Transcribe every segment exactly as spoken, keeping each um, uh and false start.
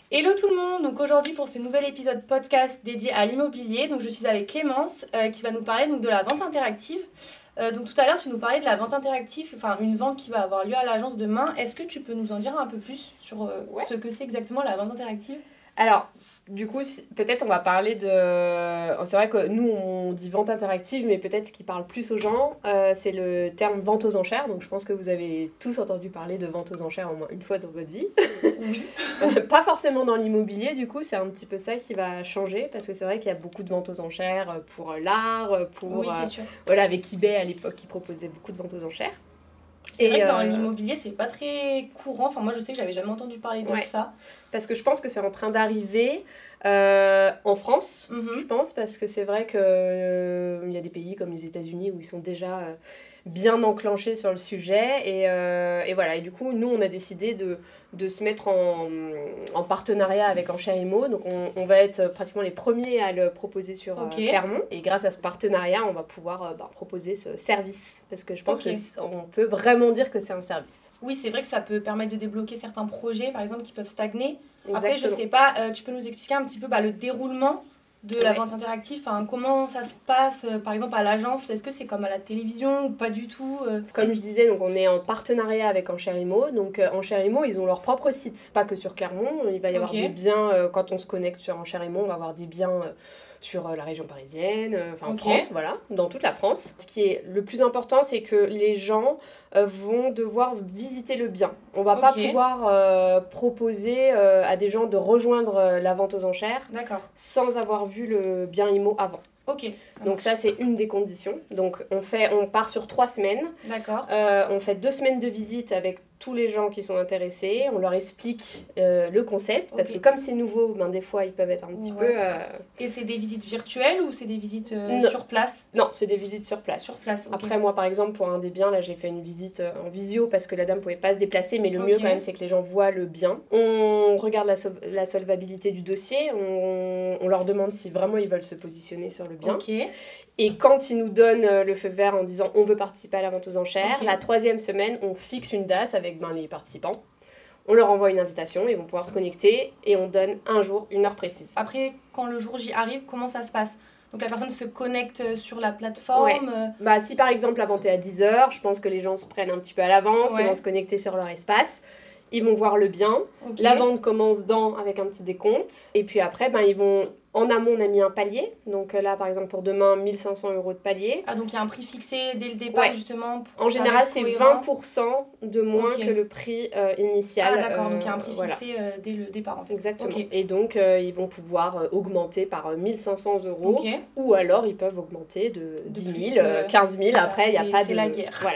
Hello tout le monde, donc aujourd'hui pour ce nouvel épisode podcast dédié à l'immobilier, donc je suis avec Clémence euh, qui va nous parler donc, de la vente interactive. Euh, donc tout à l'heure tu nous parlais de la vente interactive, enfin une vente qui va avoir lieu à l'agence demain. Est-ce que tu peux nous en dire un peu plus sur euh, ouais. ce que c'est exactement la vente interactive ? Alors, du coup, peut-être on va parler de... C'est vrai que nous, on dit vente interactive, mais peut-être ce qui parle plus aux gens, euh, c'est le terme vente aux enchères. Donc, je pense que vous avez tous entendu parler de vente aux enchères au moins une fois dans votre vie. Oui. Pas forcément dans l'immobilier, du coup, c'est un petit peu ça qui va changer, parce que c'est vrai qu'il y a beaucoup de ventes aux enchères pour l'art, pour... Oui, c'est sûr. Euh, voilà, avec eBay à l'époque, qui proposait beaucoup de ventes aux enchères. C'est Et vrai que dans euh... l'immobilier, c'est pas très courant. Enfin, moi, je sais que j'avais jamais entendu parler de ouais. ça. Parce que je pense que c'est en train d'arriver euh, en France, mm-hmm. je pense, parce que c'est vrai qu'il euh, y a des pays comme les États-Unis où ils sont déjà euh, bien enclenchés sur le sujet. Et, euh, et voilà, et du coup, nous, on a décidé de, de se mettre en, en partenariat avec Enchères Immo. Donc, on, on va être pratiquement les premiers à le proposer sur okay. euh, Clermont. Et grâce à ce partenariat, on va pouvoir euh, bah, proposer ce service. Parce que je pense okay. qu'on peut vraiment dire que c'est un service. Oui, c'est vrai que ça peut permettre de débloquer certains projets, par exemple, qui peuvent stagner. Exactement. Après, je sais pas, euh, tu peux nous expliquer un petit peu bah, le déroulement de la ouais. vente interactive, enfin, comment ça se passe, euh, par exemple, à l'agence. Est-ce que c'est comme à la télévision ou pas du tout euh... Comme je disais, donc on est en partenariat avec Enchères Immo. Donc euh, Enchères Immo, ils ont leur propre site. Pas que sur Clermont, il va y avoir okay. des biens, euh, quand on se connecte sur Enchères Immo, on va avoir des biens... Euh, sur euh, la région parisienne, enfin euh, en okay. France, voilà, dans toute la France. Ce qui est le plus important, c'est que les gens euh, vont devoir visiter le bien. On va okay. pas pouvoir euh, proposer euh, à des gens de rejoindre euh, la vente aux enchères D'accord. sans avoir vu le bien immo avant. Ok. Ça Donc ça, c'est une des conditions. Donc on, fait, on part sur trois semaines. D'accord. Euh, on fait deux semaines de visite avec tous les gens qui sont intéressés. On leur explique euh, le concept. Okay. Parce que comme c'est nouveau, ben, des fois, ils peuvent être un petit ouais. peu... Euh... Et c'est des visites virtuelles ou c'est des visites euh, sur place ? Non, c'est des visites sur place. Sur place, okay. Après, moi, par exemple, pour un des biens, là, j'ai fait une visite en visio parce que la dame ne pouvait pas se déplacer. Mais le okay. mieux, quand même, c'est que les gens voient le bien. On regarde la, so- la solvabilité du dossier. On, on leur demande si vraiment ils veulent se positionner sur le bien. Okay. Et quand ils nous donnent le feu vert en disant on veut participer à la vente aux enchères, okay. la troisième semaine, on fixe une date avec ben, les participants. On leur envoie une invitation, ils vont pouvoir se connecter et on donne un jour, une heure précise. Après, quand le jour J arrive, comment ça se passe ? Donc la personne se connecte sur la plateforme ouais. bah, si par exemple la vente est à dix heures, je pense que les gens se prennent un petit peu à l'avance, ouais. ils vont se connecter sur leur espace. Ils vont voir le bien. Okay. La vente commence dans avec un petit décompte. Et puis après, ben, ils vont... En amont, on a mis un palier. Donc là, par exemple, pour demain, mille cinq cents euros de palier. Ah, donc il y a un prix fixé dès le départ, ouais. justement pour En général, c'est vingt pour cent de moins okay. que le prix euh, initial. Ah, d'accord. Euh, donc il y a un prix voilà. fixé euh, dès le départ, en fait. Exactement. Okay. Et donc, euh, ils vont pouvoir euh, augmenter par euh, mille cinq cents euros. Okay. Ou alors, ils peuvent augmenter de, de dix mille, plus, euh, quinze mille. Après, il n'y a pas c'est de... la guerre. Voilà.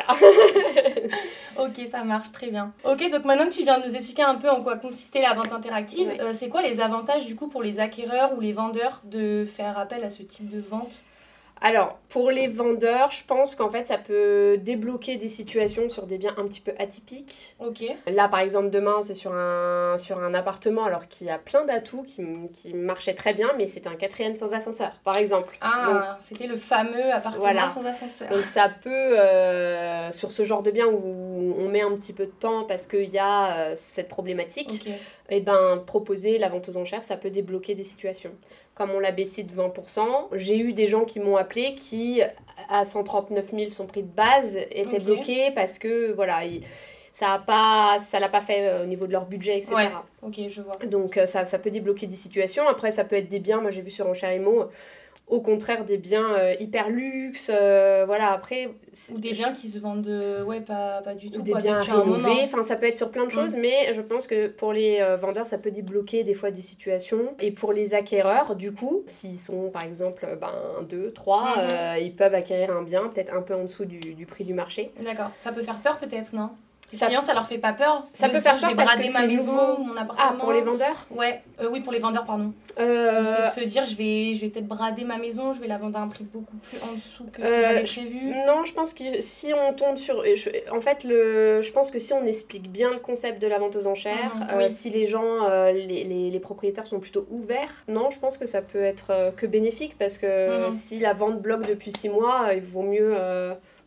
Ok, ça marche très bien. Ok, donc maintenant que tu viens de nous expliquer un peu en quoi consistait la vente interactive, ouais. euh, c'est quoi les avantages du coup pour les acquéreurs ou les vendeurs de faire appel à ce type de vente ? Alors, pour les vendeurs, je pense qu'en fait, ça peut débloquer des situations sur des biens un petit peu atypiques. Ok. Là, par exemple, demain, c'est sur un, sur un appartement alors qui a plein d'atouts, qui, qui marchait très bien, mais c'était un quatrième sans ascenseur, par exemple. Ah, donc, c'était le fameux appartement voilà. sans ascenseur. Donc, ça peut, euh, sur ce genre de bien où on met un petit peu de temps parce qu'il y a euh, cette problématique, okay. et ben, proposer la vente aux enchères, ça peut débloquer des situations. Comme on l'a baissé de vingt pour cent, j'ai eu des gens qui m'ont appelé qui, à cent trente-neuf mille, son prix de base était okay. bloqué parce que, voilà, il, ça a pas, ça l'a pas fait au niveau de leur budget, et cetera. Ouais, ok, je vois. Donc, ça, ça peut débloquer des situations. Après, ça peut être des biens, moi j'ai vu sur Enchères Immo, au contraire des biens euh, hyper luxe, euh, voilà, après... Ou des biens qui se vendent, euh, ouais, pas, pas du tout. Ou des quoi, biens rénovés, enfin ça peut être sur plein de choses, mmh. mais je pense que pour les euh, vendeurs, ça peut débloquer des fois des situations. Et pour les acquéreurs, du coup, s'ils sont par exemple ben, deux, trois, mmh. euh, ils peuvent acquérir un bien, peut-être un peu en dessous du, du prix du marché. D'accord, ça peut faire peur peut-être, non ? Ça, clients, ça leur fait pas peur. Ça peut faire dire, peur parce que c'est ma maison, nouveau. Mon appartement. Ah, pour les vendeurs ? Ouais, euh, oui, pour les vendeurs, pardon. Euh... Le fait de se dire, je vais, je vais peut-être brader ma maison, je vais la vendre à un prix beaucoup plus en dessous que ce euh, que j'avais prévu. Je... Non, je pense que si on tombe sur... En fait, le... je pense que si on explique bien le concept de la vente aux enchères, mmh, euh, oui. si les gens, euh, les, les, les propriétaires sont plutôt ouverts, non, je pense que ça peut être euh, que bénéfique parce que mmh. si la vente bloque depuis six mois, il vaut mieux... Euh,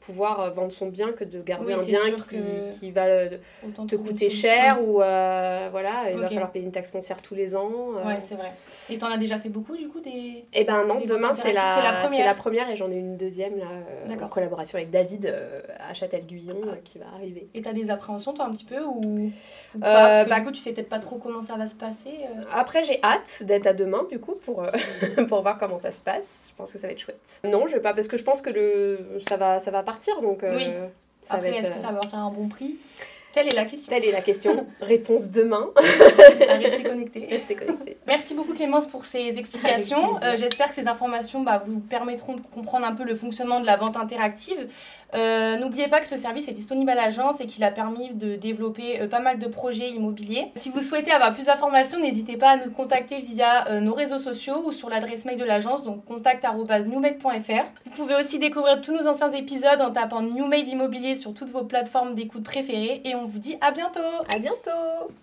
pouvoir vendre son bien que de garder oui, un bien qui, que... qui va te coûter cher ou euh, voilà, il okay. va falloir payer une taxe foncière tous les ans. Euh... Ouais, c'est vrai. Et t'en as déjà fait beaucoup du coup des... Eh ben non, demain c'est la, c'est, la première. c'est la première et j'en ai une deuxième là, euh, en collaboration avec David euh, à Châtel-Guyon ah. euh, qui va arriver. Et t'as des appréhensions toi un petit peu ou, ou pas euh, Parce que bah, du coup tu sais peut-être pas trop comment ça va se passer. Euh... Après j'ai hâte d'être à demain du coup pour, euh, pour voir comment ça se passe. Je pense que ça va être chouette. Non, je vais pas parce que je pense que le, ça, va, ça va partir donc... Euh, oui. Ça Après, va être, est-ce que ça va avoir un bon prix ? Telle est la question. Telle est la question. Réponse demain. Restez connectés. Restez connectés. Merci beaucoup Clémence pour ces explications. Euh, j'espère que ces informations bah, vous permettront de comprendre un peu le fonctionnement de la vente interactive. Euh, n'oubliez pas que ce service est disponible à l'agence et qu'il a permis de développer euh, pas mal de projets immobiliers. Si vous souhaitez avoir plus d'informations, n'hésitez pas à nous contacter via euh, nos réseaux sociaux ou sur l'adresse mail de l'agence, donc contact arobase newmade point f r. Vous pouvez aussi découvrir tous nos anciens épisodes en tapant Newmade Immobilier sur toutes vos plateformes d'écoute préférées et on vous dit à bientôt. À bientôt.